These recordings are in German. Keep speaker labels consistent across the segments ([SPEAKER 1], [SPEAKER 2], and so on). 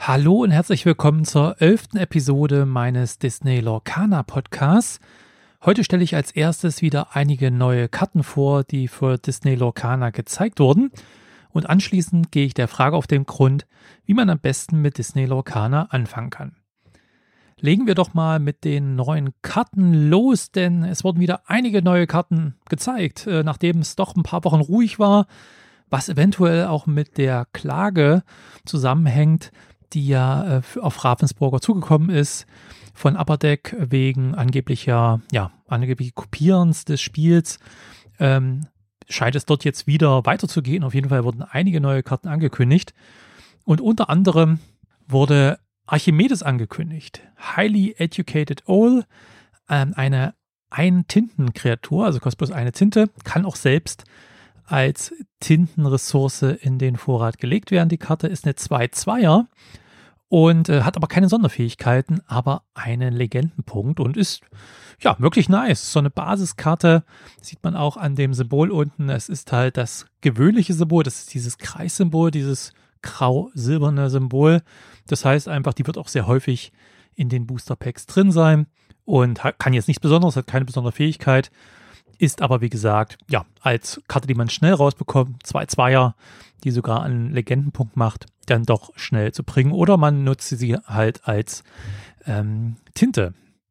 [SPEAKER 1] Hallo und herzlich willkommen zur 11. Episode meines Disney Lorcaner Podcasts. Heute stelle ich als erstes wieder einige neue Karten vor, die für Disney Lorcaner gezeigt wurden. Und anschließend gehe ich der Frage auf den Grund, wie man am besten mit Disney Lorcaner anfangen kann. Legen wir doch mal mit den neuen Karten los, denn es wurden wieder einige neue Karten gezeigt, nachdem es doch ein paar Wochen ruhig war, was eventuell auch mit der Klage zusammenhängt, die ja auf Ravensburger zugekommen ist, von Upper Deck wegen angeblich Kopierens des Spiels. Scheint es dort jetzt wieder weiterzugehen. Auf jeden Fall wurden einige neue Karten angekündigt. Und unter anderem wurde Archimedes angekündigt. Highly Educated Owl, eine Ein-Tinten-Kreatur, also kostet bloß eine Tinte, kann auch selbst als Tintenressource in den Vorrat gelegt werden. Die Karte ist eine 2/2er und hat aber keine Sonderfähigkeiten, aber einen Legendenpunkt und ist ja wirklich nice. So eine Basiskarte sieht man auch an dem Symbol unten. Es ist halt das gewöhnliche Symbol, das ist dieses Kreissymbol, dieses grau-silberne Symbol. Das heißt einfach, die wird auch sehr häufig in den Booster Packs drin sein und kann jetzt nichts Besonderes, hat keine besondere Fähigkeit. Ist aber, wie gesagt, ja, als Karte, die man schnell rausbekommt, 2/2er, die sogar einen Legendenpunkt macht, dann doch schnell zu bringen. Oder man nutzt sie halt als Tinte.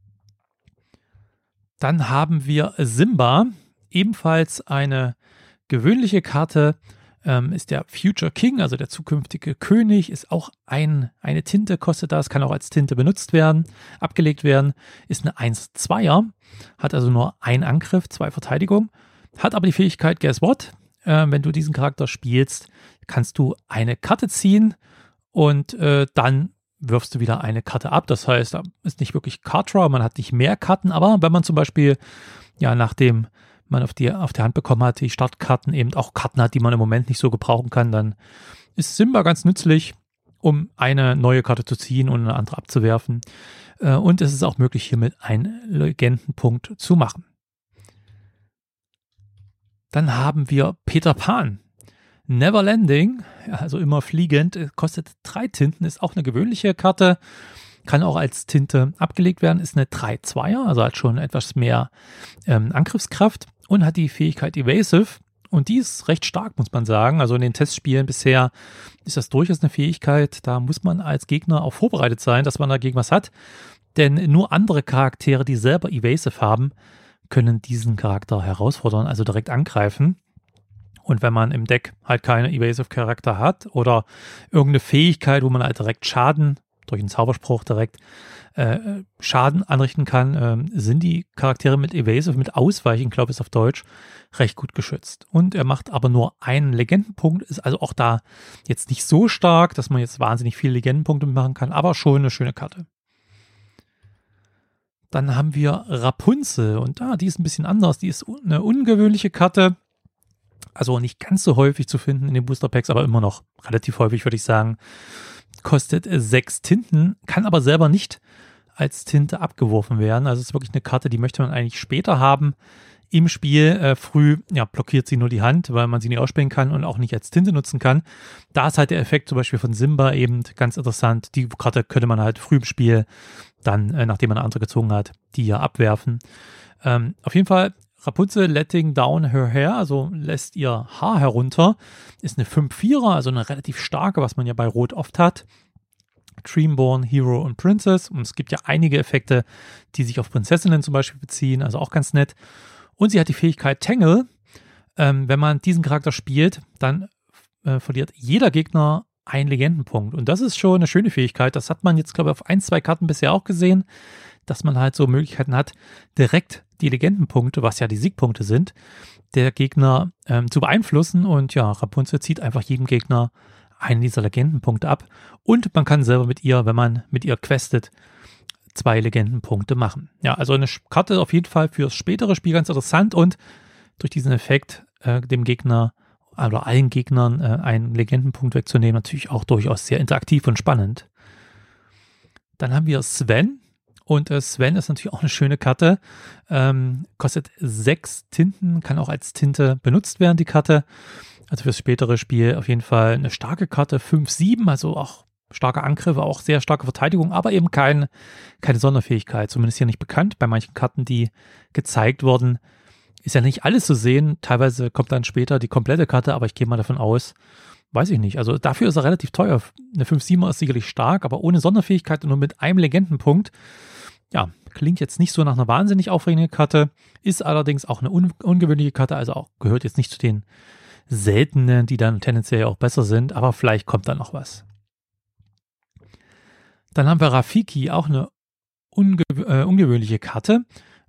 [SPEAKER 1] Dann haben wir Simba, ebenfalls eine gewöhnliche Karte, ist der Future King, also der zukünftige König, ist auch eine Tinte, kostet das, kann auch als Tinte benutzt werden, abgelegt werden, ist eine 1/2er, hat also nur einen Angriff, 2 Verteidigung, hat aber die Fähigkeit, guess what? Wenn du diesen Charakter spielst, kannst du eine Karte ziehen und dann wirfst du wieder eine Karte ab. Das heißt, da ist nicht wirklich Card Draw, man hat nicht mehr Karten, aber wenn man zum Beispiel, ja, nachdem man auf der Hand bekommen hat, die Startkarten eben auch Karten hat, die man im Moment nicht so gebrauchen kann, dann ist Simba ganz nützlich, um eine neue Karte zu ziehen und eine andere abzuwerfen. Und es ist auch möglich, hiermit einen Legendenpunkt zu machen. Dann haben wir Peter Pan. Never Landing, also immer fliegend, kostet 3 Tinten, ist auch eine gewöhnliche Karte, kann auch als Tinte abgelegt werden, ist eine 3/2er, also hat schon etwas mehr Angriffskraft und hat die Fähigkeit Evasive und die ist recht stark, muss man sagen. Also in den Testspielen bisher ist das durchaus eine Fähigkeit, da muss man als Gegner auch vorbereitet sein, dass man dagegen was hat, denn nur andere Charaktere, die selber Evasive haben, können diesen Charakter herausfordern, also direkt angreifen. Und wenn man im Deck halt keine Evasive-Charakter hat oder irgendeine Fähigkeit, wo man halt direkt Schaden durch einen Zauberspruch direkt Schaden anrichten kann, sind die Charaktere mit Evasive, mit Ausweichen, glaube ich, ist auf Deutsch, recht gut geschützt. Und er macht aber nur einen Legendenpunkt, ist also auch da jetzt nicht so stark, dass man jetzt wahnsinnig viele Legendenpunkte machen kann, aber schon eine schöne Karte. Dann haben wir Rapunzel und die ist ein bisschen anders, die ist eine ungewöhnliche Karte, also nicht ganz so häufig zu finden in den Booster Packs, aber immer noch relativ häufig, würde ich sagen. Kostet 6 Tinten, kann aber selber nicht als Tinte abgeworfen werden. Also es ist wirklich eine Karte, die möchte man eigentlich später haben im Spiel. Früh blockiert sie nur die Hand, weil man sie nicht ausspielen kann und auch nicht als Tinte nutzen kann. Da ist halt der Effekt zum Beispiel von Simba eben ganz interessant. Die Karte könnte man halt früh im Spiel dann, nachdem man eine andere gezogen hat, die ja abwerfen. Auf jeden Fall Rapunzel letting down her hair, also lässt ihr Haar herunter, ist eine 5/4er, also eine relativ starke, was man ja bei Rot oft hat. Dreamborn, Hero und Princess. Und es gibt ja einige Effekte, die sich auf Prinzessinnen zum Beispiel beziehen, also auch ganz nett. Und sie hat die Fähigkeit Tangle. Wenn man diesen Charakter spielt, dann verliert jeder Gegner einen Legendenpunkt. Und das ist schon eine schöne Fähigkeit. Das hat man jetzt, glaube ich, auf 1, 2 Karten bisher auch gesehen, dass man halt so Möglichkeiten hat, direkt die Legendenpunkte, was ja die Siegpunkte sind, der Gegner zu beeinflussen. Und ja, Rapunzel zieht einfach jedem Gegner einen dieser Legendenpunkte ab. Und man kann selber mit ihr, wenn man mit ihr questet, 2 Legendenpunkte machen. Ja, also eine Karte auf jeden Fall fürs spätere Spiel ganz interessant und durch diesen Effekt dem Gegner oder allen Gegnern einen Legendenpunkt wegzunehmen, natürlich auch durchaus sehr interaktiv und spannend. Dann haben wir Sven. Und Sven ist natürlich auch eine schöne Karte. Kostet 6 Tinten, kann auch als Tinte benutzt werden, die Karte. Also fürs spätere Spiel auf jeden Fall eine starke Karte. 5/7, also auch starke Angriffe, auch sehr starke Verteidigung, aber eben keine Sonderfähigkeit, zumindest hier nicht bekannt. Bei manchen Karten, die gezeigt wurden, ist ja nicht alles zu sehen. Teilweise kommt dann später die komplette Karte, aber ich gehe mal davon aus, weiß ich nicht. Also dafür ist er relativ teuer. Eine 5-7er ist sicherlich stark, aber ohne Sonderfähigkeit und nur mit einem Legendenpunkt. Ja, klingt jetzt nicht so nach einer wahnsinnig aufregenden Karte, ist allerdings auch eine ungewöhnliche Karte, also auch gehört jetzt nicht zu den seltenen, die dann tendenziell auch besser sind, aber vielleicht kommt da noch was. Dann haben wir Rafiki, auch eine ungewöhnliche Karte.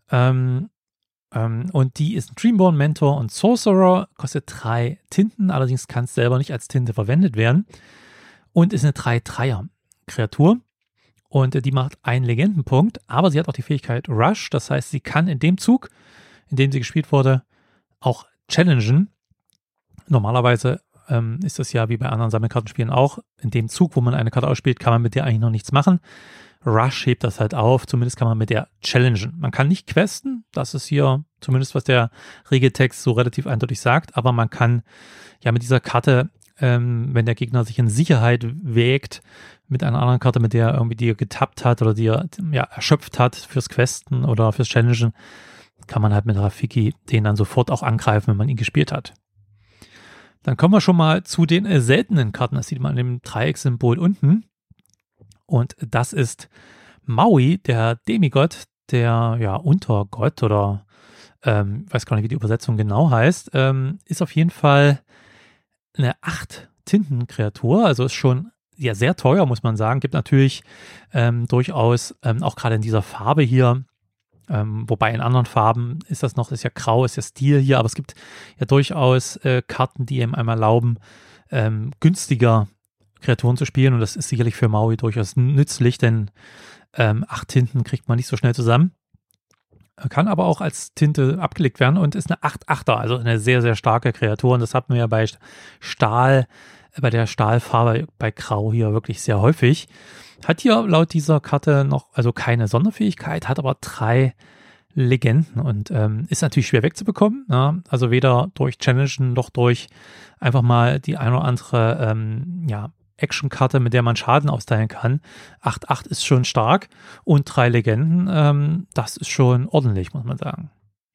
[SPEAKER 1] Und die ist ein Dreamborn, Mentor und Sorcerer, kostet 3 Tinten, allerdings kann es selber nicht als Tinte verwendet werden und ist eine 3/3er-Kreatur. Und die macht einen Legendenpunkt, aber sie hat auch die Fähigkeit Rush. Das heißt, sie kann in dem Zug, in dem sie gespielt wurde, auch challengen. Normalerweise ist das ja wie bei anderen Sammelkartenspielen auch. In dem Zug, wo man eine Karte ausspielt, kann man mit der eigentlich noch nichts machen. Rush hebt das halt auf. Zumindest kann man mit der challengen. Man kann nicht questen. Das ist hier zumindest, was der Regeltext so relativ eindeutig sagt. Aber man kann ja mit dieser Karte, wenn der Gegner sich in Sicherheit wägt, mit einer anderen Karte, mit der irgendwie die er getappt hat oder die er erschöpft hat fürs Questen oder fürs Challengen, kann man halt mit Rafiki den dann sofort auch angreifen, wenn man ihn gespielt hat. Dann kommen wir schon mal zu den seltenen Karten. Das sieht man an dem Dreieckssymbol unten. Und das ist Maui, der Demigott, der Untergott oder weiß gar nicht, wie die Übersetzung genau heißt, ist auf jeden Fall eine 8-Tinten-Kreatur, also ist schon sehr teuer, muss man sagen. Gibt natürlich durchaus, auch gerade in dieser Farbe hier, wobei in anderen Farben ist ja grau, ist ja Stil hier, aber es gibt ja durchaus Karten, die einem einmal erlauben, günstiger Kreaturen zu spielen und das ist sicherlich für Maui durchaus nützlich, denn 8 Tinten kriegt man nicht so schnell zusammen. Kann aber auch als Tinte abgelegt werden und ist eine 8/8er, also eine sehr, sehr starke Kreatur und das hat man ja bei der Stahlfarbe bei Grau hier wirklich sehr häufig. Hat hier laut dieser Karte noch, also keine Sonderfähigkeit, hat aber 3 Legenden und ist natürlich schwer wegzubekommen. Ja? Also weder durch Challengen noch durch einfach mal die ein oder andere Action-Karte, mit der man Schaden austeilen kann. 8/8 ist schon stark und 3 Legenden, das ist schon ordentlich, muss man sagen.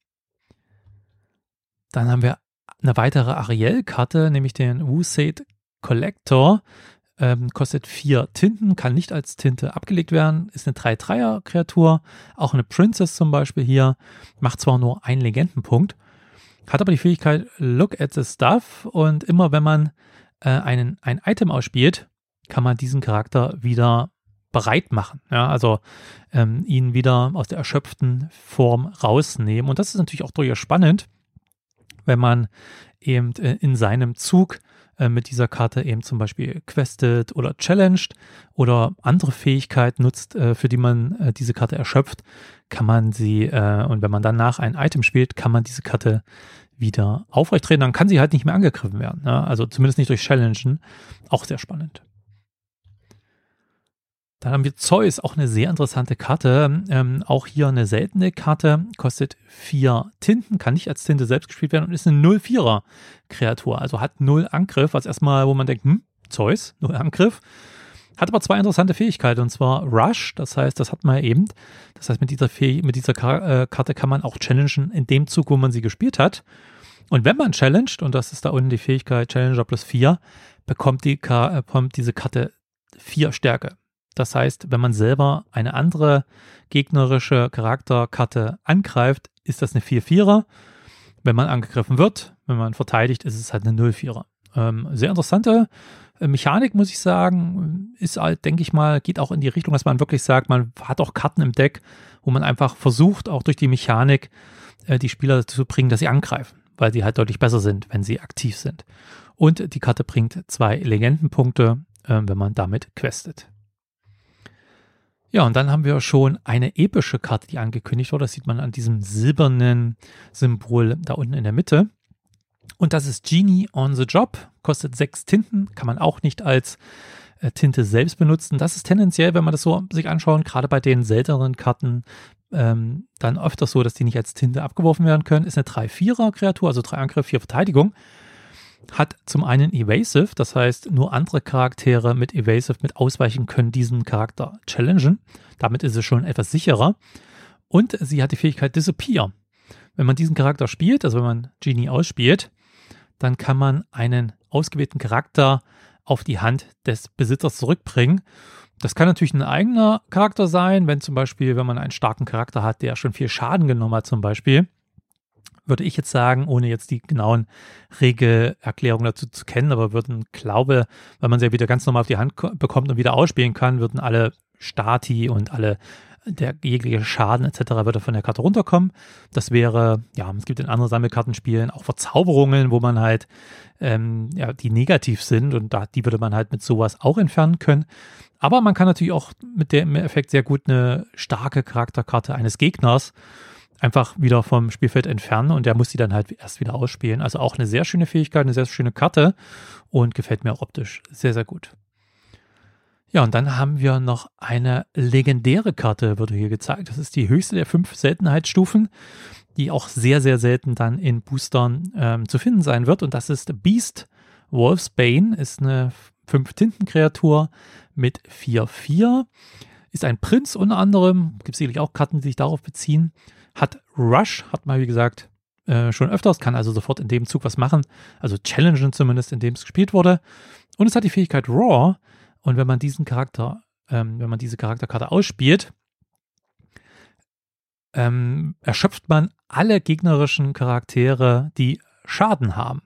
[SPEAKER 1] Dann haben wir eine weitere Ariel-Karte, nämlich den Wuseid Collector. Kostet 4 Tinten, kann nicht als Tinte abgelegt werden, ist eine 3/3er-Kreatur, auch eine Princess zum Beispiel hier, macht zwar nur einen Legendenpunkt, hat aber die Fähigkeit Look at the Stuff und immer wenn man ein Item ausspielt, kann man diesen Charakter wieder bereit machen, ja, also ihn wieder aus der erschöpften Form rausnehmen und das ist natürlich auch durchaus spannend, wenn man eben in seinem Zug mit dieser Karte eben zum Beispiel questet oder challenged oder andere Fähigkeiten nutzt, für die man diese Karte erschöpft, kann man sie, und wenn man danach ein Item spielt, kann man diese Karte wieder aufrechttreten, dann kann sie halt nicht mehr angegriffen werden. Ja? Also zumindest nicht durch Challengen. Auch sehr spannend. Dann haben wir Zeus, auch eine sehr interessante Karte. Auch hier eine seltene Karte, kostet 4 Tinten, kann nicht als Tinte selbst gespielt werden und ist eine 0/4er-Kreatur. Also hat 0 Angriff, was erstmal, wo man denkt, Zeus, 0 Angriff. Hat aber 2 interessante Fähigkeiten, und zwar Rush, das heißt, das hat man eben. Das heißt, mit dieser Karte kann man auch challengen in dem Zug, wo man sie gespielt hat. Und wenn man challenged, und das ist da unten die Fähigkeit Challenger +4, bekommt diese Karte 4 Stärke. Das heißt, wenn man selber eine andere gegnerische Charakterkarte angreift, ist das eine 4/4er. Wenn man angegriffen wird, wenn man verteidigt, ist es halt eine 0/4er. Sehr interessante Mechanik, muss ich sagen, ist halt, denke ich mal, geht auch in die Richtung, dass man wirklich sagt, man hat auch Karten im Deck, wo man einfach versucht, auch durch die Mechanik die Spieler dazu zu bringen, dass sie angreifen, weil sie halt deutlich besser sind, wenn sie aktiv sind. Und die Karte bringt 2 Legendenpunkte, wenn man damit questet. Ja, und dann haben wir schon eine epische Karte, die angekündigt wurde. Das sieht man an diesem silbernen Symbol da unten in der Mitte. Und das ist Genie on the Job, kostet 6 Tinten, kann man auch nicht als Tinte selbst benutzen. Das ist tendenziell, wenn man das so sich anschaut, gerade bei den selteneren Karten, dann öfters so, dass die nicht als Tinte abgeworfen werden können. Ist eine 3/4er Kreatur, also 3 Angriff, 4 Verteidigung. hat zum einen Evasive, das heißt, nur andere Charaktere mit Evasive, mit Ausweichen können diesen Charakter challengen. Damit ist es schon etwas sicherer. Und sie hat die Fähigkeit Disappear. Wenn man diesen Charakter spielt, also wenn man Genie ausspielt, dann kann man einen ausgewählten Charakter auf die Hand des Besitzers zurückbringen. Das kann natürlich ein eigener Charakter sein, wenn man einen starken Charakter hat, der schon viel Schaden genommen hat zum Beispiel, würde ich jetzt sagen, ohne jetzt die genauen Regelerklärungen dazu zu kennen, aber glaube, weil man sie ja wieder ganz normal auf die Hand bekommt und wieder ausspielen kann, würden alle Stati und der jegliche Schaden etc. würde von der Karte runterkommen. Das wäre, es gibt in anderen Sammelkartenspielen auch Verzauberungen, wo man halt, die negativ sind und die würde man halt mit sowas auch entfernen können. Aber man kann natürlich auch mit dem Effekt sehr gut eine starke Charakterkarte eines Gegners einfach wieder vom Spielfeld entfernen und der muss die dann halt erst wieder ausspielen. Also auch eine sehr schöne Fähigkeit, eine sehr schöne Karte und gefällt mir auch optisch sehr, sehr gut. Ja, und dann haben wir noch eine legendäre Karte, wird hier gezeigt. Das ist die höchste der 5 Seltenheitsstufen, die auch sehr, sehr selten dann in Boostern zu finden sein wird. Und das ist Beast Wolfsbane, ist eine 5-Tinten-Kreatur mit 4/4. Ist ein Prinz unter anderem, gibt es sicherlich auch Karten, die sich darauf beziehen. Hat Rush, hat man wie gesagt schon öfters, kann also sofort in dem Zug was machen, also challengen zumindest, in dem es gespielt wurde. Und es hat die Fähigkeit Roar. Und wenn man diese Charakterkarte ausspielt, erschöpft man alle gegnerischen Charaktere, die Schaden haben.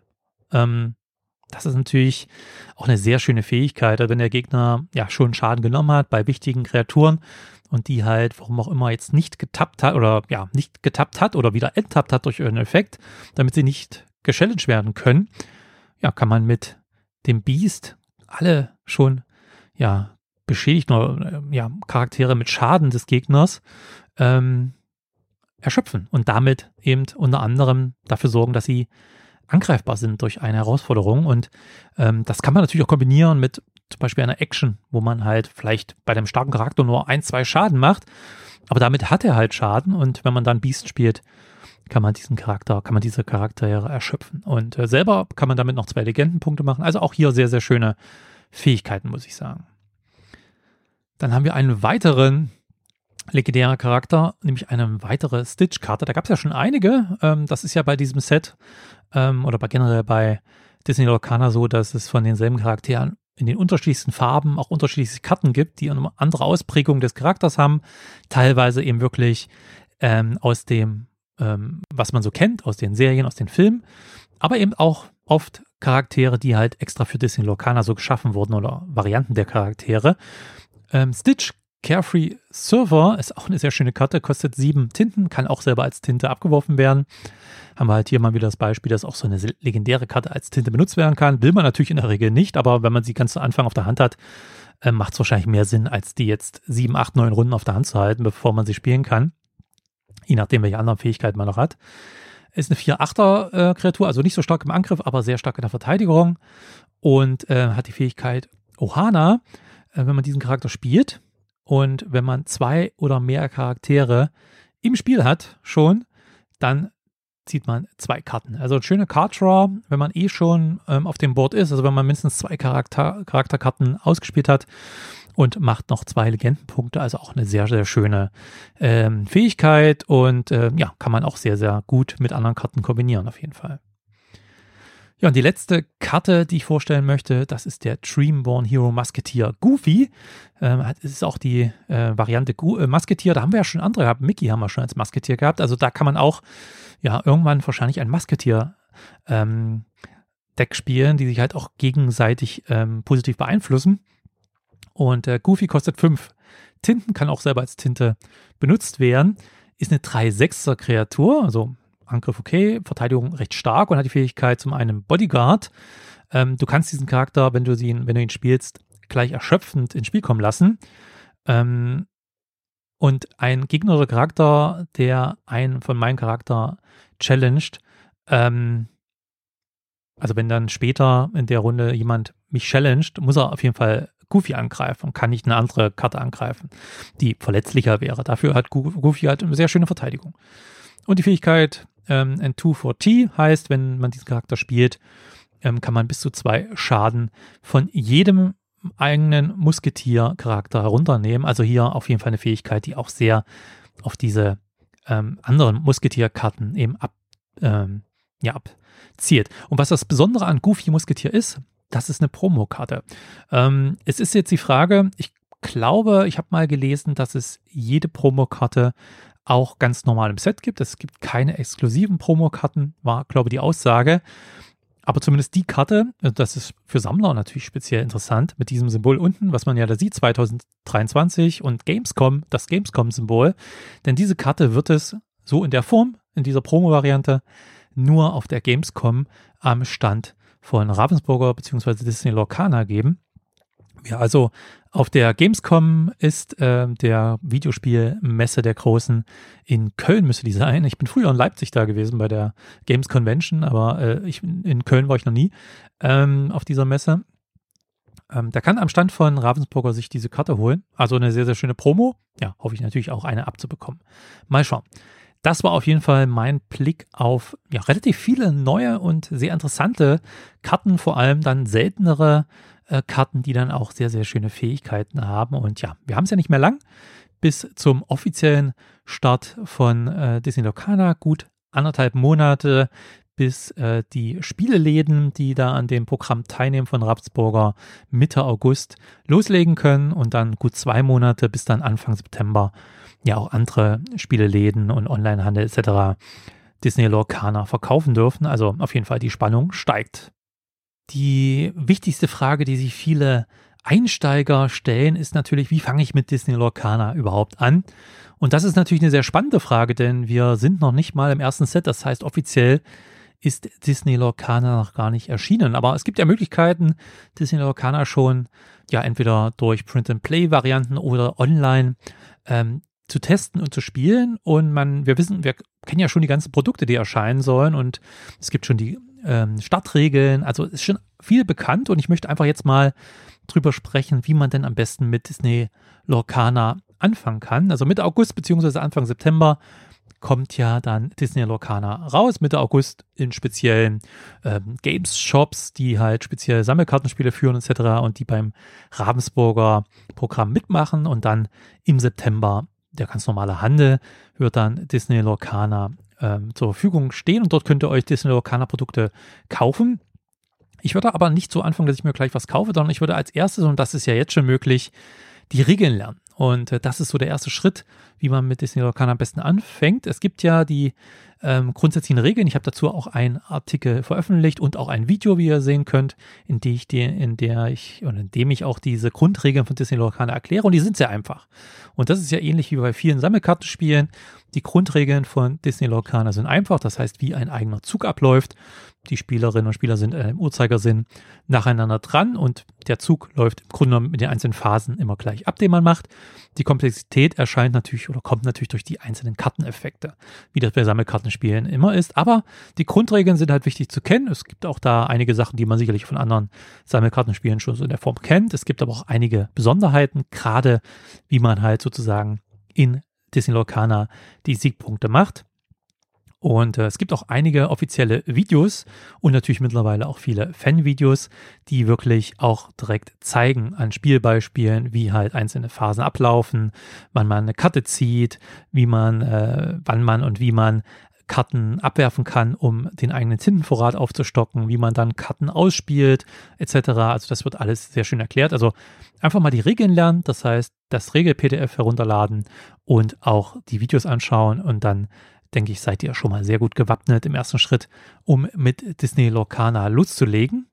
[SPEAKER 1] Das ist natürlich auch eine sehr schöne Fähigkeit, wenn der Gegner ja schon Schaden genommen hat bei wichtigen Kreaturen und die halt, warum auch immer, jetzt nicht getappt hat oder wieder enttappt hat durch irgendeinen Effekt, damit sie nicht gechallenged werden können, kann man mit dem Beast alle schon beschädigt oder Charaktere mit Schaden des Gegners erschöpfen und damit eben unter anderem dafür sorgen, dass sie angreifbar sind durch eine Herausforderung. Und das kann man natürlich auch kombinieren mit zum Beispiel einer Action, wo man halt vielleicht bei dem starken Charakter nur 1-2 Schaden macht, aber damit hat er halt Schaden und wenn man dann Beast spielt, kann man diese Charaktere erschöpfen. Und selber kann man damit noch 2 Legendenpunkte machen. Also auch hier sehr, sehr schöne Fähigkeiten, muss ich sagen. Dann haben wir einen weiteren legendären Charakter, nämlich eine weitere Stitch-Karte. Da gab es ja schon einige. Das ist ja bei diesem Set oder generell bei Disney Lorcana so, dass es von denselben Charakteren in den unterschiedlichsten Farben auch unterschiedliche Karten gibt, die eine andere Ausprägung des Charakters haben. Teilweise eben wirklich aus dem, was man so kennt, aus den Serien, aus den Filmen, aber eben auch oft Charaktere, die halt extra für Disney Lorcana so geschaffen wurden oder Varianten der Charaktere. Stitch Carefree Server ist auch eine sehr schöne Karte, kostet 7 Tinten, kann auch selber als Tinte abgeworfen werden. Haben wir halt hier mal wieder das Beispiel, dass auch so eine legendäre Karte als Tinte benutzt werden kann. Will man natürlich in der Regel nicht, aber wenn man sie ganz zu Anfang auf der Hand hat, macht es wahrscheinlich mehr Sinn, als die jetzt 7, 8, 9 Runden auf der Hand zu halten, bevor man sie spielen kann. Je nachdem, welche anderen Fähigkeiten man noch hat. Ist eine 4/8er Kreatur, also nicht so stark im Angriff, aber sehr stark in der Verteidigung und hat die Fähigkeit Ohana, wenn man diesen Charakter spielt und wenn man 2 oder mehr Charaktere im Spiel hat schon, dann zieht man 2 Karten. Also schöne Card Draw, wenn man schon auf dem Board ist, also wenn man mindestens 2 Charakterkarten ausgespielt hat und macht noch 2 Legendenpunkte, also auch eine sehr, sehr schöne Fähigkeit und kann man auch sehr, sehr gut mit anderen Karten kombinieren auf jeden Fall. Ja, und die letzte Karte, die ich vorstellen möchte, das ist der Dreamborn Hero Musketeer Goofy. Es ist auch die Variante Musketeer, da haben wir ja schon andere gehabt. Mickey haben wir schon als Musketeer gehabt. Also da kann man auch irgendwann wahrscheinlich ein Musketeer Deck spielen, die sich halt auch gegenseitig positiv beeinflussen. Und Goofy kostet 5 Tinten, kann auch selber als Tinte benutzt werden. Ist eine 3/6er Kreatur, also Angriff okay, Verteidigung recht stark und hat die Fähigkeit zum einen Bodyguard. Du kannst diesen Charakter, wenn du ihn spielst, gleich erschöpfend ins Spiel kommen lassen. Und ein gegnerischer Charakter, der einen von meinem Charakter challenged, also wenn dann später in der Runde jemand mich challenged, muss er auf jeden Fall Goofy angreifen und kann nicht eine andere Karte angreifen, die verletzlicher wäre. Dafür hat Goofy halt eine sehr schöne Verteidigung. Und die Fähigkeit N2 for T heißt, wenn man diesen Charakter spielt, kann man bis zu 2 Schaden von jedem eigenen Musketier-Charakter herunternehmen. Also hier auf jeden Fall eine Fähigkeit, die auch sehr auf diese anderen Musketier-Karten eben abzielt. Und was das Besondere an Goofy Musketier ist, das ist eine Promokarte. Es ist jetzt die Frage, ich glaube, ich habe mal gelesen, dass es jede Promokarte auch ganz normal im Set gibt. Es gibt keine exklusiven Promokarten, war, glaube ich, die Aussage. Aber zumindest die Karte, das ist für Sammler natürlich speziell interessant, mit diesem Symbol unten, was man ja da sieht, 2023 und Gamescom, das Gamescom-Symbol. Denn diese Karte wird es so in der Form, in dieser Promo-Variante, nur auf der Gamescom am Stand von Ravensburger bzw. Disney Lorcaner geben. Ja, also auf der Gamescom ist der Videospielmesse der Großen in Köln, müsste die sein. Ich bin früher in Leipzig da gewesen bei der Games Convention, aber in Köln war ich noch nie auf dieser Messe. Da kann am Stand von Ravensburger sich diese Karte holen. Also eine sehr, sehr schöne Promo. Ja, hoffe ich natürlich auch eine abzubekommen. Mal schauen. Das war auf jeden Fall mein Blick auf relativ viele neue und sehr interessante Karten, vor allem dann seltenere Karten, die dann auch sehr, sehr schöne Fähigkeiten haben. Und ja, wir haben es ja nicht mehr lang bis zum offiziellen Start von Disney Lorcaner. Gut 1,5 Monate, bis die Spieleläden, die da an dem Programm teilnehmen von Ravensburger, Mitte August loslegen können. Und dann gut 2 Monate, bis dann Anfang September ja auch andere Spieleläden und Onlinehandel etc. Disney Lorcaner verkaufen dürfen. Also auf jeden Fall die Spannung steigt. Die wichtigste Frage, die sich viele Einsteiger stellen, ist natürlich, wie fange ich mit Disney Lorcaner überhaupt an? Und das ist natürlich eine sehr spannende Frage, denn wir sind noch nicht mal im ersten Set. Das heißt, offiziell ist Disney Lorcaner noch gar nicht erschienen. Aber es gibt ja Möglichkeiten, Disney Lorcaner schon entweder durch Print-and-Play-Varianten oder online zu testen und zu spielen. Und wir kennen ja schon die ganzen Produkte, die erscheinen sollen. Und es gibt schon die Startregeln. Also ist schon viel bekannt. Und ich möchte einfach jetzt mal drüber sprechen, wie man denn am besten mit Disney Lorcaner anfangen kann. Also Mitte August bzw. Anfang September kommt ja dann Disney Lorcaner raus. Mitte August in speziellen Games-Shops, die halt spezielle Sammelkartenspiele führen etc. und die beim Ravensburger Programm mitmachen. Und dann im September der ganz normale Handel wird dann Disney Lorcaner zur Verfügung stehen und dort könnt ihr euch Disney Lorcaner Produkte kaufen. Ich würde aber nicht so anfangen, dass ich mir gleich was kaufe, sondern ich würde als erstes, und das ist ja jetzt schon möglich, die Regeln lernen. Und das ist so der erste Schritt, wie man mit Disney Lorcaner am besten anfängt. Es gibt ja die grundsätzlichen Regeln. Ich habe dazu auch einen Artikel veröffentlicht und auch ein Video, wie ihr sehen könnt, in dem ich auch diese Grundregeln von Disney Lorcaner erkläre. Und die sind sehr einfach. Und das ist ja ähnlich wie bei vielen Sammelkartenspielen. Die Grundregeln von Disney Lorcaner sind einfach. Das heißt, wie ein eigener Zug abläuft. Die Spielerinnen und Spieler sind im Uhrzeigersinn nacheinander dran und der Zug läuft im Grunde genommen mit den einzelnen Phasen immer gleich ab, den man macht. Die Komplexität kommt natürlich durch die einzelnen Karteneffekte, wie das bei Sammelkartenspielen immer ist. Aber die Grundregeln sind halt wichtig zu kennen. Es gibt auch da einige Sachen, die man sicherlich von anderen Sammelkartenspielen schon so in der Form kennt. Es gibt aber auch einige Besonderheiten, gerade wie man halt sozusagen in Disney Lorcaner die Siegpunkte macht. Und es gibt auch einige offizielle Videos und natürlich mittlerweile auch viele Fan-Videos, die wirklich auch direkt zeigen an Spielbeispielen, wie halt einzelne Phasen ablaufen, wann man eine Karte zieht, wann man und wie man Karten abwerfen kann, um den eigenen Tintenvorrat aufzustocken, wie man dann Karten ausspielt, etc. Also das wird alles sehr schön erklärt. Also einfach mal die Regeln lernen, das heißt, das Regel-PDF herunterladen und auch die Videos anschauen und dann denke ich, seid ihr schon mal sehr gut gewappnet im ersten Schritt, um mit Disney Lorcaner loszulegen.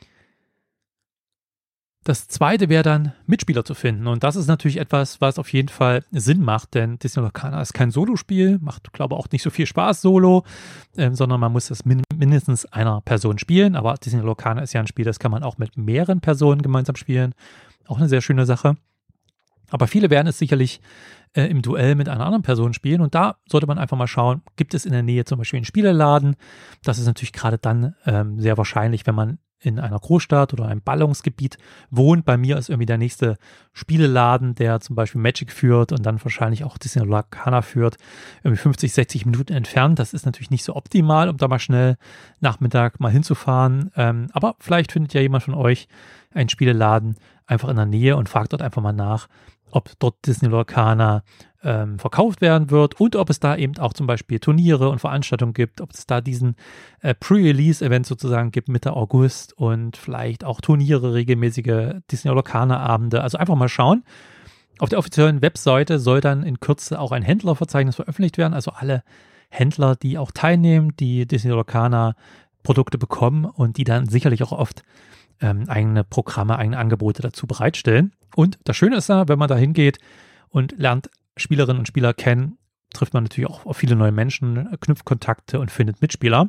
[SPEAKER 1] Das zweite wäre dann, Mitspieler zu finden. Und das ist natürlich etwas, was auf jeden Fall Sinn macht, denn Disney Lorcaner ist kein Solospiel, macht, glaube ich, auch nicht so viel Spaß solo, sondern man muss das mindestens einer Person spielen. Aber Disney Lorcaner ist ja ein Spiel, das kann man auch mit mehreren Personen gemeinsam spielen. Auch eine sehr schöne Sache. Aber viele werden es sicherlich im Duell mit einer anderen Person spielen und da sollte man einfach mal schauen, gibt es in der Nähe zum Beispiel einen Spieleladen? Das ist natürlich gerade dann sehr wahrscheinlich, wenn man in einer Großstadt oder einem Ballungsgebiet wohnt. Bei mir ist irgendwie der nächste Spieleladen, der zum Beispiel Magic führt und dann wahrscheinlich auch Disney Lorcaner führt, irgendwie 50, 60 Minuten entfernt. Das ist natürlich nicht so optimal, um da mal schnell Nachmittag mal hinzufahren. Aber vielleicht findet ja jemand von euch einen Spieleladen einfach in der Nähe und fragt dort einfach mal nach, ob dort Disney Lorcaner verkauft werden wird und ob es da eben auch zum Beispiel Turniere und Veranstaltungen gibt, ob es da diesen Pre-Release-Event sozusagen gibt Mitte August und vielleicht auch Turniere, regelmäßige Disney Lorcaner-Abende. Also einfach mal schauen. Auf der offiziellen Webseite soll dann in Kürze auch ein Händlerverzeichnis veröffentlicht werden, also alle Händler, die auch teilnehmen, die Disney Lorcaner Produkte bekommen und die dann sicherlich auch oft eigene Programme, eigene Angebote dazu bereitstellen. Und das Schöne ist da, wenn man da hingeht und lernt Spielerinnen und Spieler kennen, trifft man natürlich auch auf viele neue Menschen, knüpft Kontakte und findet Mitspieler.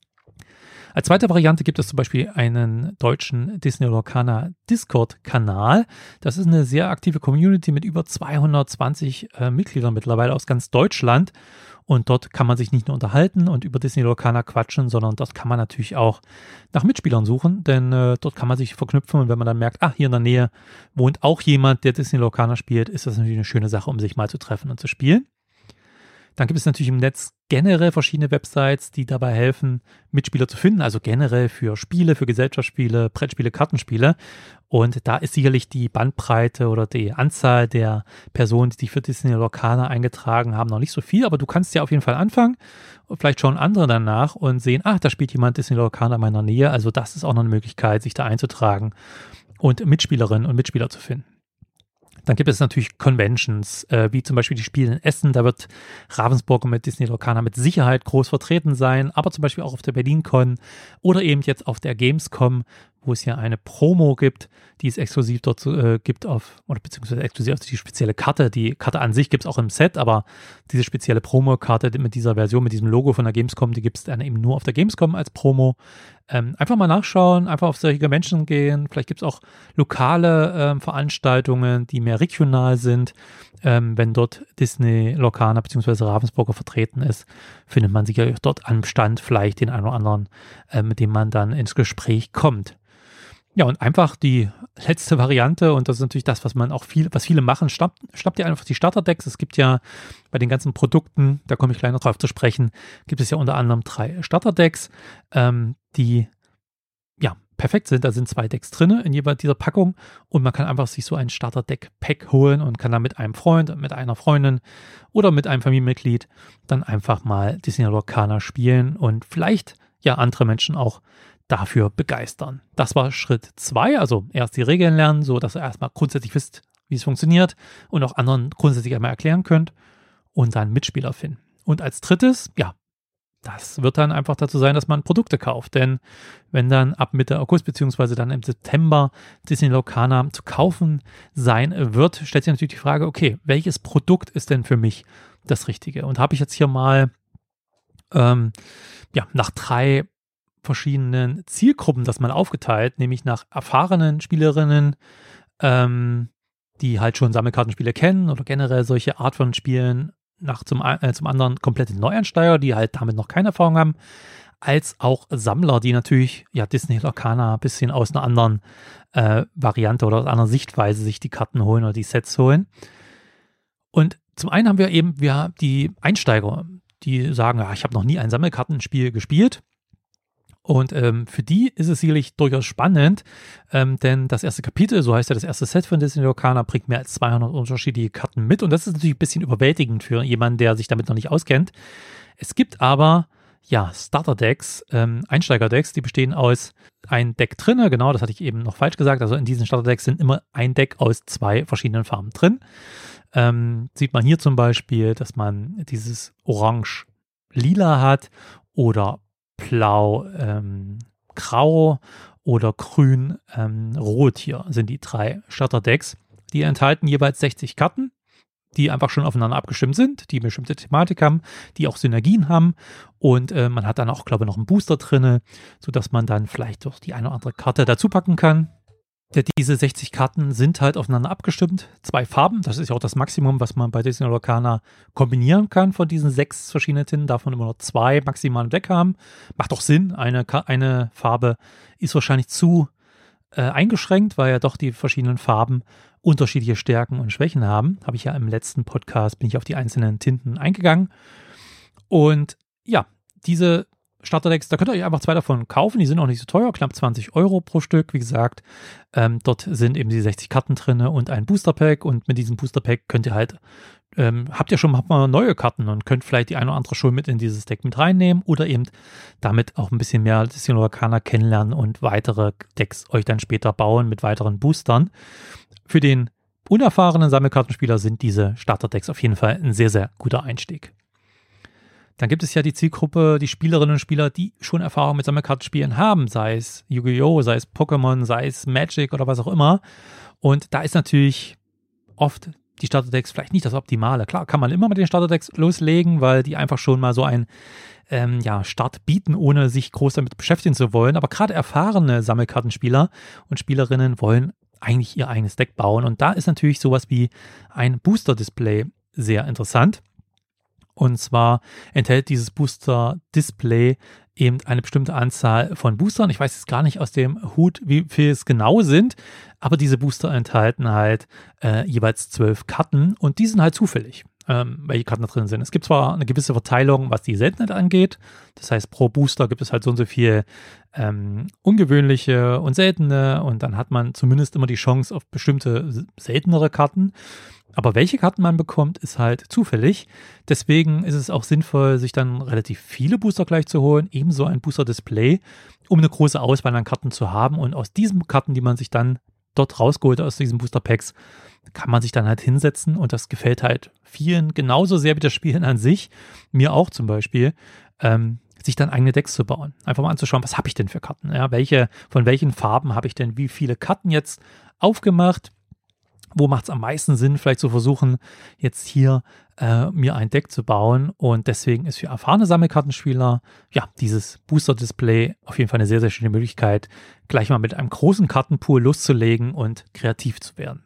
[SPEAKER 1] Als zweite Variante gibt es zum Beispiel einen deutschen Disney Lorcaner Discord-Kanal. Das ist eine sehr aktive Community mit über 220 Mitgliedern mittlerweile aus ganz Deutschland. Und dort kann man sich nicht nur unterhalten und über Disney Lorcaner quatschen, sondern dort kann man natürlich auch nach Mitspielern suchen, denn dort kann man sich verknüpfen und wenn man dann merkt, hier in der Nähe wohnt auch jemand, der Disney Lorcaner spielt, ist das natürlich eine schöne Sache, um sich mal zu treffen und zu spielen. Dann gibt es natürlich im Netz generell verschiedene Websites, die dabei helfen, Mitspieler zu finden, also generell für Spiele, für Gesellschaftsspiele, Brettspiele, Kartenspiele. Und da ist sicherlich die Bandbreite oder die Anzahl der Personen, die sich für Disney Lorcaner eingetragen haben, noch nicht so viel, aber du kannst ja auf jeden Fall anfangen und vielleicht schauen andere danach und sehen, da spielt jemand Disney Lorcaner in meiner Nähe, also das ist auch noch eine Möglichkeit, sich da einzutragen und Mitspielerinnen und Mitspieler zu finden. Dann gibt es natürlich Conventions, wie zum Beispiel die Spiele in Essen. Da wird Ravensburger mit Disney Lorcaner mit Sicherheit groß vertreten sein, aber zum Beispiel auch auf der BerlinCon oder eben jetzt auf der Gamescom, wo es ja eine Promo gibt, die es exklusiv dort gibt beziehungsweise exklusiv auf die spezielle Karte. Die Karte an sich gibt es auch im Set, aber diese spezielle Promo-Karte mit dieser Version, mit diesem Logo von der Gamescom, die gibt es dann eben nur auf der Gamescom als Promo. Einfach mal nachschauen, einfach auf solche Menschen gehen. Vielleicht gibt es auch lokale Veranstaltungen, die mehr regional sind. Wenn dort Disney Lorcaner bzw. Ravensburger vertreten ist, findet man sicherlich dort am Stand vielleicht den einen oder anderen, mit dem man dann ins Gespräch kommt. Ja, und einfach die letzte Variante, und das ist natürlich das, was viele machen, schnappt ihr einfach die Starterdecks. Es gibt ja bei den ganzen Produkten, da komme ich gleich noch drauf zu sprechen, gibt es ja unter anderem 3 Starterdecks, die ja perfekt sind. Da sind 2 Decks drin in jeweils dieser Packung und man kann einfach sich so ein Starterdeck-Pack holen und kann dann mit einem Freund, mit einer Freundin oder mit einem Familienmitglied dann einfach mal Disney Lorcaner spielen und vielleicht ja andere Menschen auch dafür begeistern. Das war Schritt 2, also erst die Regeln lernen, so dass ihr erstmal grundsätzlich wisst, wie es funktioniert und auch anderen grundsätzlich einmal erklären könnt und dann Mitspieler finden. Und als drittes, das wird dann einfach dazu sein, dass man Produkte kauft, denn wenn dann ab Mitte August beziehungsweise dann im September Disney Lorcaner zu kaufen sein wird, stellt sich natürlich die Frage, okay, welches Produkt ist denn für mich das Richtige? Und habe ich jetzt hier mal nach 3 verschiedenen Zielgruppen das mal aufgeteilt, nämlich nach erfahrenen Spielerinnen, die halt schon Sammelkartenspiele kennen oder generell solche Art von Spielen, zum anderen komplette Neueinsteiger, die halt damit noch keine Erfahrung haben, als auch Sammler, die natürlich Disney Lorcaner ein bisschen aus einer anderen Variante oder aus einer anderen Sichtweise sich die Karten holen oder die Sets holen. Und zum einen haben wir eben die Einsteiger, die sagen, ich habe noch nie ein Sammelkartenspiel gespielt. Und für die ist es sicherlich durchaus spannend, denn das erste Kapitel, so heißt ja das erste Set von Disney Lorcaner, bringt mehr als 200 unterschiedliche Karten mit. Und das ist natürlich ein bisschen überwältigend für jemanden, der sich damit noch nicht auskennt. Es gibt aber Starter-Decks, Einsteiger-Decks, die bestehen aus ein Deck drinne, genau, das hatte ich eben noch falsch gesagt. Also in diesen Starter-Decks sind immer ein Deck aus 2 verschiedenen Farben drin. Sieht man hier zum Beispiel, dass man dieses Orange-Lila hat oder Blau, Grau oder Grün, Rot. Hier sind die 3 Starterdecks. Die enthalten jeweils 60 Karten, die einfach schon aufeinander abgestimmt sind, die eine bestimmte Thematik haben, die auch Synergien haben und man hat dann auch, glaube ich, noch einen Booster drin, sodass man dann vielleicht doch die eine oder andere Karte dazu packen kann. Diese 60 Karten sind halt aufeinander abgestimmt. 2 Farben, das ist ja auch das Maximum, was man bei Disney Lorcaner kombinieren kann von diesen 6 verschiedenen Tinten. Darf man immer nur 2 maximal im Deck haben. Macht auch Sinn. Eine Farbe ist wahrscheinlich zu eingeschränkt, weil ja doch die verschiedenen Farben unterschiedliche Stärken und Schwächen haben. Habe ich ja im letzten Podcast, bin ich auf die einzelnen Tinten eingegangen. Und ja, diese Starterdecks, da könnt ihr euch einfach 2 davon kaufen, die sind auch nicht so teuer, knapp 20 Euro pro Stück, wie gesagt. Dort sind eben die 60 Karten drin und ein Booster-Pack, und mit diesem Booster-Pack könnt ihr halt, habt ihr mal neue Karten und könnt vielleicht die eine oder andere schon mit in dieses Deck mit reinnehmen oder eben damit auch ein bisschen mehr Disney Lorcaner kennenlernen und weitere Decks euch dann später bauen mit weiteren Boostern. Für den unerfahrenen Sammelkartenspieler sind diese Starterdecks auf jeden Fall ein sehr, sehr guter Einstieg. Dann gibt es ja die Zielgruppe, die Spielerinnen und Spieler, die schon Erfahrung mit Sammelkartenspielen haben, sei es Yu-Gi-Oh!, sei es Pokémon, sei es Magic oder was auch immer. Und da ist natürlich oft die Starterdecks vielleicht nicht das Optimale. Klar, kann man immer mit den Starterdecks loslegen, weil die einfach schon mal so einen Start bieten, ohne sich groß damit beschäftigen zu wollen. Aber gerade erfahrene Sammelkartenspieler und Spielerinnen wollen eigentlich ihr eigenes Deck bauen. Und da ist natürlich sowas wie ein Booster-Display sehr interessant. Und zwar enthält dieses Booster-Display eben eine bestimmte Anzahl von Boostern. Ich weiß jetzt gar nicht aus dem Hut, wie viel es genau sind, aber diese Booster enthalten halt jeweils 12 Karten und die sind halt zufällig, welche Karten da drin sind. Es gibt zwar eine gewisse Verteilung, was die Seltenheit angeht. Das heißt, pro Booster gibt es halt so und so viel ungewöhnliche und seltene, und dann hat man zumindest immer die Chance auf bestimmte seltenere Karten. Aber welche Karten man bekommt, ist halt zufällig. Deswegen ist es auch sinnvoll, sich dann relativ viele Booster gleich zu holen, ebenso ein Booster-Display, um eine große Auswahl an Karten zu haben. Und aus diesen Karten, die man sich dann dort rausgeholt, aus diesen Booster-Packs, kann man sich dann halt hinsetzen, und das gefällt halt vielen genauso sehr wie das Spielen an sich, mir auch zum Beispiel, sich dann eigene Decks zu bauen. Einfach mal anzuschauen, was habe ich denn für Karten? Ja, von welchen Farben habe ich denn wie viele Karten jetzt aufgemacht? Wo macht es am meisten Sinn, vielleicht zu versuchen, jetzt hier mir ein Deck zu bauen? Und deswegen ist für erfahrene Sammelkartenspieler ja dieses Booster-Display auf jeden Fall eine sehr, sehr schöne Möglichkeit, gleich mal mit einem großen Kartenpool loszulegen und kreativ zu werden.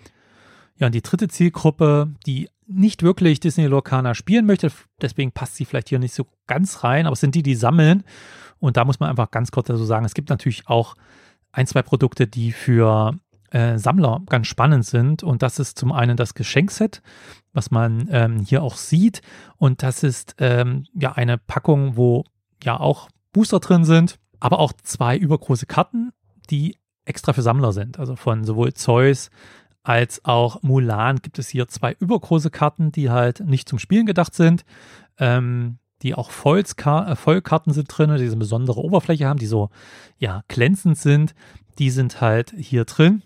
[SPEAKER 1] Ja, und die dritte Zielgruppe, die nicht wirklich Disney Lorcaner spielen möchte, deswegen passt sie vielleicht hier nicht so ganz rein, aber es sind die sammeln. Und da muss man einfach ganz kurz dazu sagen, es gibt natürlich auch 1, 2 Produkte, die für Sammler ganz spannend sind, und das ist zum einen das Geschenkset, was man hier auch sieht, und das ist eine Packung, wo ja auch Booster drin sind, aber auch 2 übergroße Karten, die extra für Sammler sind, also von sowohl Zeus als auch Mulan gibt es hier 2 übergroße Karten, die halt nicht zum Spielen gedacht sind, die auch Vollkarten sind drin, die diese besondere Oberfläche haben, die so glänzend sind, die sind halt hier drin.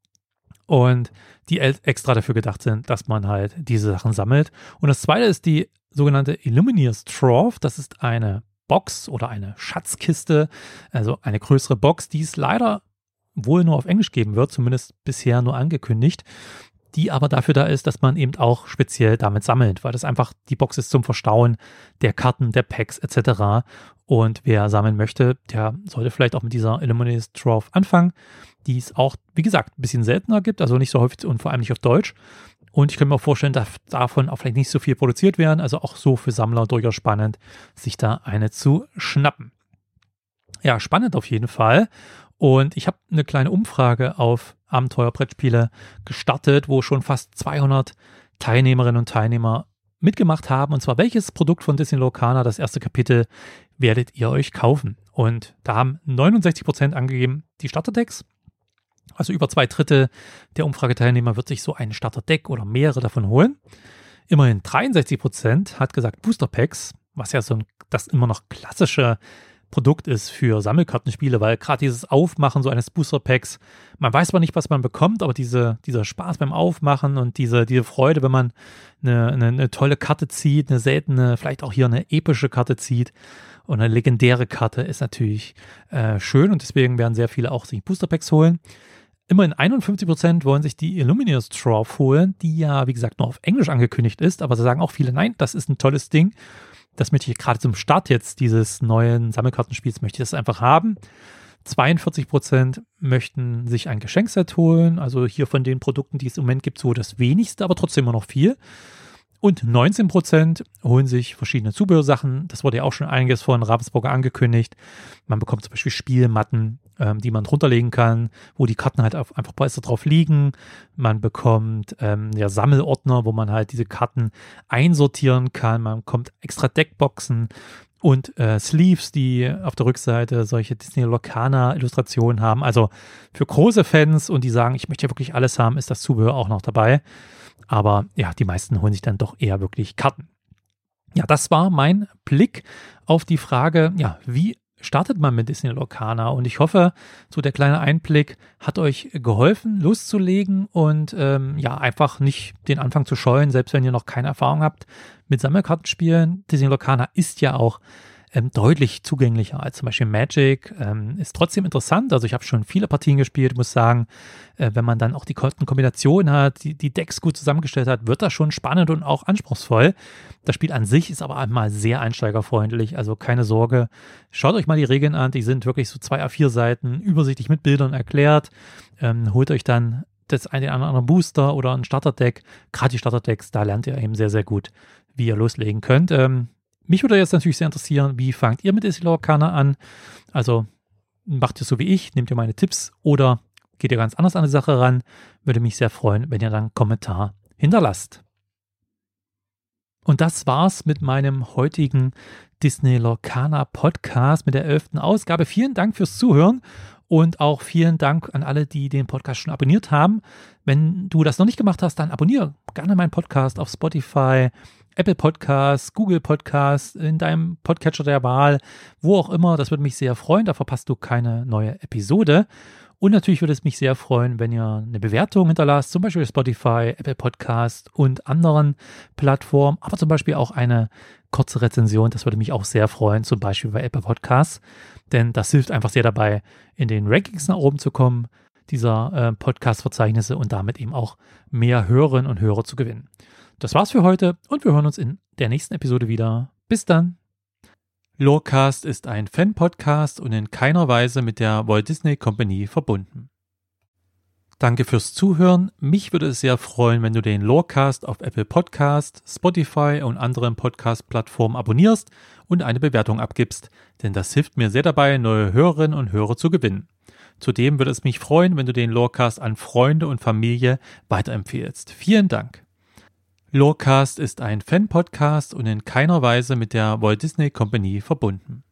[SPEAKER 1] Und die extra dafür gedacht sind, dass man halt diese Sachen sammelt. Und das zweite ist die sogenannte Illumineers Trove. Das ist eine Box oder eine Schatzkiste, also eine größere Box, die es leider wohl nur auf Englisch geben wird, zumindest bisher nur angekündigt, die aber dafür da ist, dass man eben auch speziell damit sammelt, weil das einfach die Box ist zum Verstauen der Karten, der Packs etc. Und wer sammeln möchte, der sollte vielleicht auch mit dieser Illumineers Trove anfangen, die es auch, wie gesagt, ein bisschen seltener gibt, also nicht so häufig und vor allem nicht auf Deutsch. Und ich kann mir auch vorstellen, dass davon auch vielleicht nicht so viel produziert werden, also auch so für Sammler durchaus spannend, sich da eine zu schnappen. Ja, spannend auf jeden Fall. Und ich habe eine kleine Umfrage auf Abenteuerbrettspiele gestartet, wo schon fast 200 Teilnehmerinnen und Teilnehmer mitgemacht haben. Und zwar, welches Produkt von Disney Lorcaner, das erste Kapitel, werdet ihr euch kaufen? Und da haben 69% angegeben, die Starterdecks. Also über 2/3 der Umfrageteilnehmer wird sich so ein Starterdeck oder mehrere davon holen. Immerhin 63% hat gesagt Booster-Packs, was ja das immer noch klassische Produkt ist für Sammelkartenspiele, weil gerade dieses Aufmachen so eines Booster-Packs, man weiß zwar nicht, was man bekommt, aber dieser Spaß beim Aufmachen und diese Freude, wenn man eine tolle Karte zieht, eine seltene, vielleicht auch hier eine epische Karte zieht und eine legendäre Karte, ist natürlich schön, und deswegen werden sehr viele auch sich Booster-Packs holen. Immerhin 51% wollen sich die Illumineers Trove holen, die ja, wie gesagt, nur auf Englisch angekündigt ist, aber da sagen auch viele, nein, das ist ein tolles Ding. Das möchte ich gerade zum Start jetzt dieses neuen Sammelkartenspiels, möchte ich das einfach haben. 42% möchten sich ein Geschenkset holen, also hier von den Produkten, die es im Moment gibt, so das wenigste, aber trotzdem immer noch viel. Und 19% holen sich verschiedene Zubehörsachen. Das wurde ja auch schon einiges von Ravensburger angekündigt. Man bekommt zum Beispiel Spielmatten, die man drunter legen kann, wo die Karten halt einfach besser drauf liegen. Man bekommt Sammelordner, wo man halt diese Karten einsortieren kann. Man bekommt extra Deckboxen und Sleeves, die auf der Rückseite solche Disney Lorcaner Illustrationen haben. Also für große Fans und die sagen, ich möchte ja wirklich alles haben, ist das Zubehör auch noch dabei. Aber ja, die meisten holen sich dann doch eher wirklich Karten. Ja, das war mein Blick auf die Frage, ja, wie startet man mit Disney Lorcaner? Und ich hoffe, so der kleine Einblick hat euch geholfen, loszulegen und einfach nicht den Anfang zu scheuen, selbst wenn ihr noch keine Erfahrung habt mit Sammelkartenspielen. Disney Lorcaner ist ja auch deutlich zugänglicher als zum Beispiel Magic. Ist trotzdem interessant. Also ich habe schon viele Partien gespielt, muss sagen, wenn man dann auch die Kombination hat, die Decks gut zusammengestellt hat, wird das schon spannend und auch anspruchsvoll. Das Spiel an sich ist aber einmal sehr einsteigerfreundlich, also keine Sorge. Schaut euch mal die Regeln an, die sind wirklich so 2 A4 Seiten, übersichtlich mit Bildern erklärt. Holt euch dann den einen oder anderen Booster oder ein Starterdeck. Gerade die Starterdecks, da lernt ihr eben sehr, sehr gut, wie ihr loslegen könnt. Mich würde jetzt natürlich sehr interessieren, wie fangt ihr mit Disney Lorcaner an? Also macht ihr so wie ich, nehmt ihr meine Tipps oder geht ihr ganz anders an die Sache ran? Würde mich sehr freuen, wenn ihr dann einen Kommentar hinterlasst. Und das war's mit meinem heutigen Disney Lorcaner Podcast mit der 11. Ausgabe. Vielen Dank fürs Zuhören und auch vielen Dank an alle, die den Podcast schon abonniert haben. Wenn du das noch nicht gemacht hast, dann abonniere gerne meinen Podcast auf Spotify, Apple Podcasts, Google Podcasts, in deinem Podcatcher der Wahl, wo auch immer. Das würde mich sehr freuen. Da verpasst du keine neue Episode. Und natürlich würde es mich sehr freuen, wenn ihr eine Bewertung hinterlasst, zum Beispiel Spotify, Apple Podcast und anderen Plattformen, aber zum Beispiel auch eine kurze Rezension. Das würde mich auch sehr freuen, zum Beispiel bei Apple Podcasts, denn das hilft einfach sehr dabei, in den Rankings nach oben zu kommen, dieser Podcast-Verzeichnisse und damit eben auch mehr Hörerinnen und Hörer zu gewinnen. Das war's für heute und wir hören uns in der nächsten Episode wieder. Bis dann! Lorecast ist ein Fan-Podcast und in keiner Weise mit der Walt Disney Company verbunden. Danke fürs Zuhören. Mich würde es sehr freuen, wenn du den Lorecast auf Apple Podcast, Spotify und anderen Podcast-Plattformen abonnierst und eine Bewertung abgibst, denn das hilft mir sehr dabei, neue Hörerinnen und Hörer zu gewinnen. Zudem würde es mich freuen, wenn du den Lorecast an Freunde und Familie weiterempfehlst. Vielen Dank. Lorecast ist ein Fan-Podcast und in keiner Weise mit der Walt Disney Company verbunden.